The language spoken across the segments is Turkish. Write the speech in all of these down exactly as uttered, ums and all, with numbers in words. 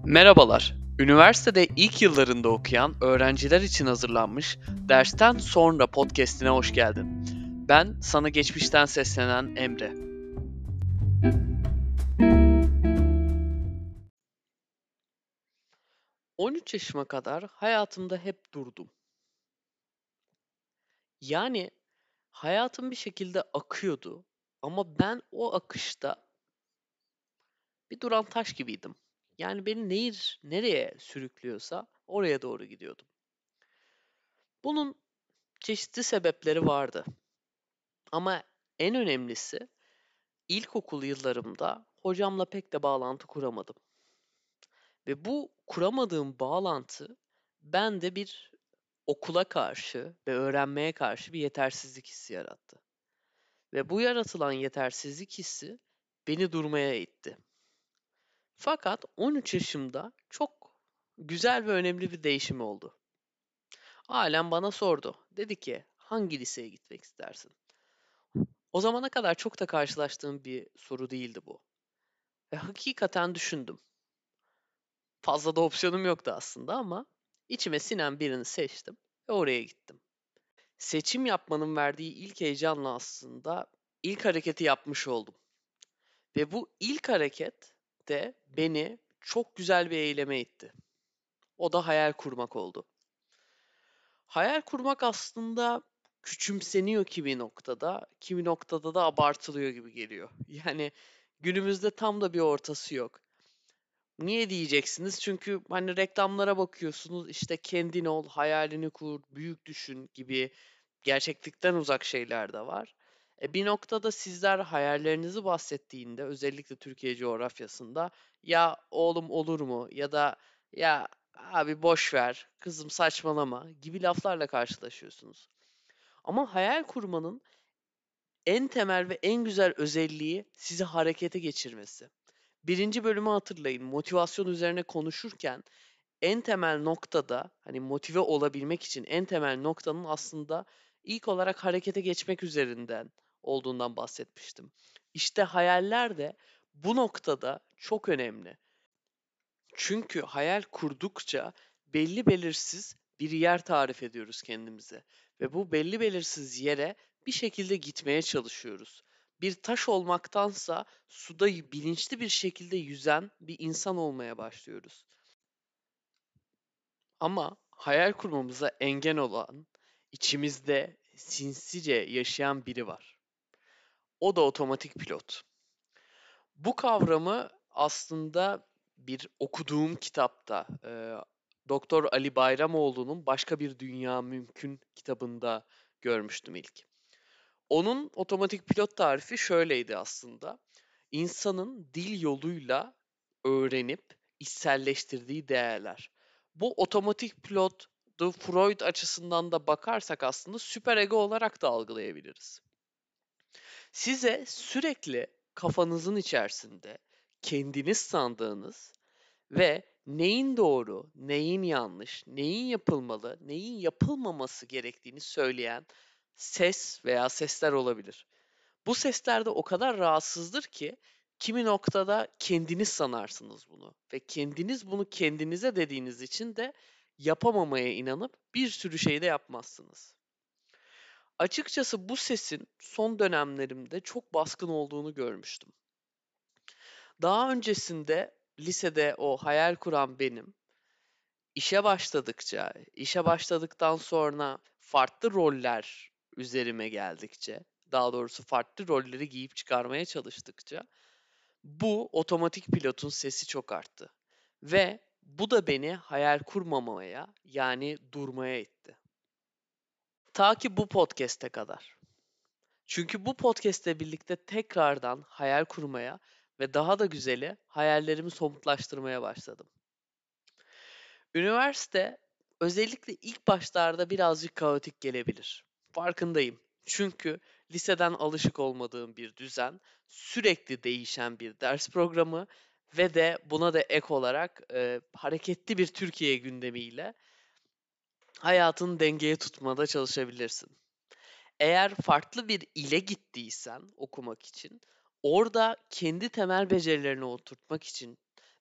Merhabalar. Üniversitede ilk yıllarında okuyan öğrenciler için hazırlanmış Dersten Sonra podcast'ine hoş geldin. Ben sana geçmişten seslenen Emre. on üç yaşıma kadar hayatımda hep durdum. Yani hayatım bir şekilde akıyordu ama ben o akışta bir duran taş gibiydim. Yani beni nehir nereye sürüklüyorsa oraya doğru gidiyordum. Bunun çeşitli sebepleri vardı. Ama en önemlisi İlkokul yıllarımda hocamla pek de bağlantı kuramadım. Ve bu kuramadığım bağlantı bende bir okula karşı ve öğrenmeye karşı bir yetersizlik hissi yarattı. Ve bu yaratılan yetersizlik hissi beni durmaya itti. Fakat on üç yaşımda çok güzel ve önemli bir değişim oldu. Ailem bana sordu. Dedi ki, hangi liseye gitmek istersin? O zamana kadar çok da karşılaştığım bir soru değildi bu. Ve hakikaten düşündüm. Fazla da opsiyonum yoktu aslında ama içime sinen birini seçtim ve oraya gittim. Seçim yapmanın verdiği ilk heyecanla aslında ilk hareketi yapmış oldum. Ve bu ilk hareket de beni çok güzel bir eyleme itti. O da hayal kurmak oldu. Hayal kurmak aslında küçümseniyor kimi noktada, kimi noktada da abartılıyor gibi geliyor. Yani günümüzde tam da bir ortası yok. Niye diyeceksiniz? Çünkü hani reklamlara bakıyorsunuz işte kendin ol, hayalini kur, büyük düşün gibi gerçeklikten uzak şeyler de var. E bir noktada sizler hayallerinizi bahsettiğinde özellikle Türkiye coğrafyasında ya oğlum olur mu ya da ya abi boş ver, kızım saçmalama gibi laflarla karşılaşıyorsunuz. Ama hayal kurmanın en temel ve en güzel özelliği sizi harekete geçirmesi. Birinci bölümü hatırlayın. Motivasyon üzerine konuşurken en temel noktada hani motive olabilmek için en temel noktanın aslında ilk olarak harekete geçmek üzerinden olduğundan bahsetmiştim. İşte hayaller de bu noktada çok önemli. Çünkü hayal kurdukça belli belirsiz bir yer tarif ediyoruz kendimize ve bu belli belirsiz yere bir şekilde gitmeye çalışıyoruz. Bir taş olmaktansa suda bilinçli bir şekilde yüzen bir insan olmaya başlıyoruz. Ama hayal kurmamıza engel olan, içimizde sinsice yaşayan biri var. O da otomatik pilot. Bu kavramı aslında bir okuduğum kitapta, eee, Doktor Ali Bayramoğlu'nun Başka Bir Dünya Mümkün kitabında görmüştüm ilk. Onun otomatik pilot tarifi şöyleydi aslında. İnsanın dil yoluyla öğrenip içselleştirdiği değerler. Bu otomatik pilot The Freud açısından da bakarsak aslında süper ego olarak da algılayabiliriz. Size sürekli kafanızın içerisinde kendiniz sandığınız ve neyin doğru, neyin yanlış, neyin yapılmalı, neyin yapılmaması gerektiğini söyleyen ses veya sesler olabilir. Bu sesler de o kadar rahatsızdır ki kimi noktada kendiniz sanarsınız bunu ve kendiniz bunu kendinize dediğiniz için de yapamamaya inanıp bir sürü şey de yapmazsınız. Açıkçası bu sesin son dönemlerimde çok baskın olduğunu görmüştüm. Daha öncesinde lisede o hayal kuran benim, işe başladıkça, işe başladıktan sonra farklı roller üzerime geldikçe, daha doğrusu farklı rolleri giyip çıkarmaya çalıştıkça bu otomatik pilotun sesi çok arttı. Ve bu da beni hayal kurmamaya yani durmaya itti. Ta ki bu podcast'e kadar. Çünkü bu podcast'le birlikte tekrardan hayal kurmaya ve daha da güzeli hayallerimi somutlaştırmaya başladım. Üniversite özellikle ilk başlarda birazcık kaotik gelebilir. Farkındayım. Çünkü liseden alışık olmadığım bir düzen, sürekli değişen bir ders programı ve de buna da ek olarak e, hareketli bir Türkiye gündemiyle hayatını dengeye tutmada çalışabilirsin. Eğer farklı bir ile gittiysen okumak için, orada kendi temel becerilerini oturtmak için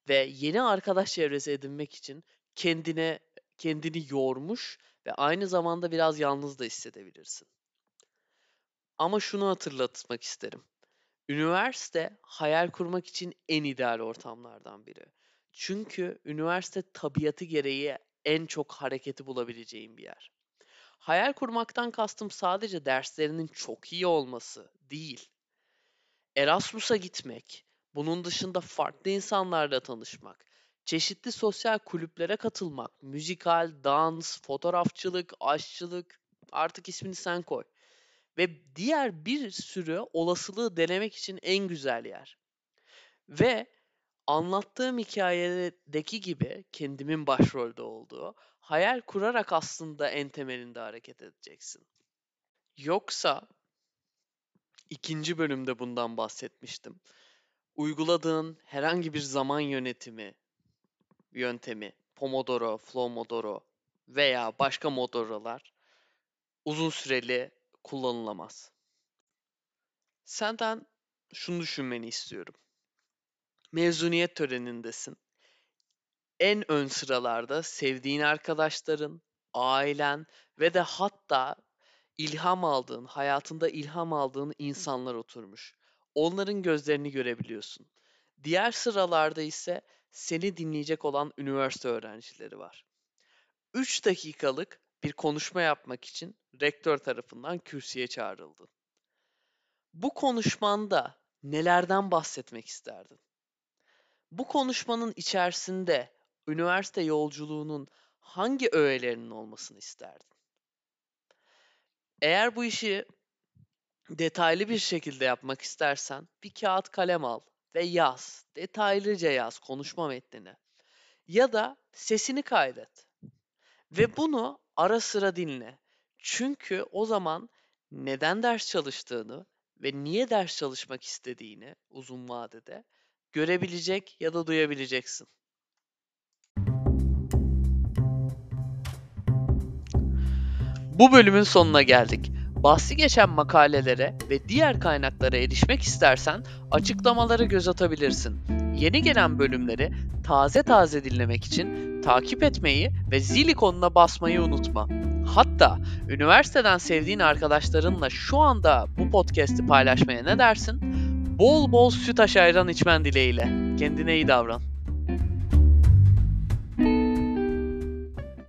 ve yeni arkadaş çevresi edinmek için kendine kendini yormuş ve aynı zamanda biraz yalnız da hissedebilirsin. Ama şunu hatırlatmak isterim. Üniversite hayal kurmak için en ideal ortamlardan biri. Çünkü üniversite tabiatı gereği en çok hareketi bulabileceğin bir yer. Hayal kurmaktan kastım sadece derslerinin çok iyi olması değil. Erasmus'a gitmek, bunun dışında farklı insanlarla tanışmak, çeşitli sosyal kulüplere katılmak, müzikal, dans, fotoğrafçılık, aşçılık, artık ismini sen koy. Ve diğer bir sürü olasılığı denemek için en güzel yer. Ve anlattığım hikayedeki gibi kendimin başrolde olduğu, hayal kurarak aslında en temelinde hareket edeceksin. Yoksa ikinci bölümde bundan bahsetmiştim. Uyguladığın herhangi bir zaman yönetimi yöntemi, Pomodoro, Flowmodoro veya başka Modoro'lar uzun süreli kullanılamaz. Senden şunu düşünmeni istiyorum. Mezuniyet törenindesin. En ön sıralarda sevdiğin arkadaşların, ailen ve de hatta ilham aldığın, hayatında ilham aldığın insanlar oturmuş. Onların gözlerini görebiliyorsun. Diğer sıralarda ise seni dinleyecek olan üniversite öğrencileri var. üç dakikalık bir konuşma yapmak için rektör tarafından kürsüye çağrıldın. Bu konuşmanda nelerden bahsetmek isterdin? Bu konuşmanın içerisinde üniversite yolculuğunun hangi öğelerinin olmasını isterdin? Eğer bu işi detaylı bir şekilde yapmak istersen bir kağıt kalem al ve yaz. Detaylıca yaz konuşma metnini. Ya da sesini kaydet ve bunu ara sıra dinle. Çünkü o zaman neden ders çalıştığını ve niye ders çalışmak istediğini uzun vadede görebilecek ya da duyabileceksin. Bu bölümün sonuna geldik. Bahsi geçen makalelere ve diğer kaynaklara erişmek istersen açıklamalara göz atabilirsin. Yeni gelen bölümleri taze taze dinlemek için takip etmeyi ve zil ikonuna basmayı unutma. Hatta üniversiteden sevdiğin arkadaşlarınla şu anda bu podcast'i paylaşmaya ne dersin? Bol bol süt ayran içmen dileğiyle. Kendine iyi davran.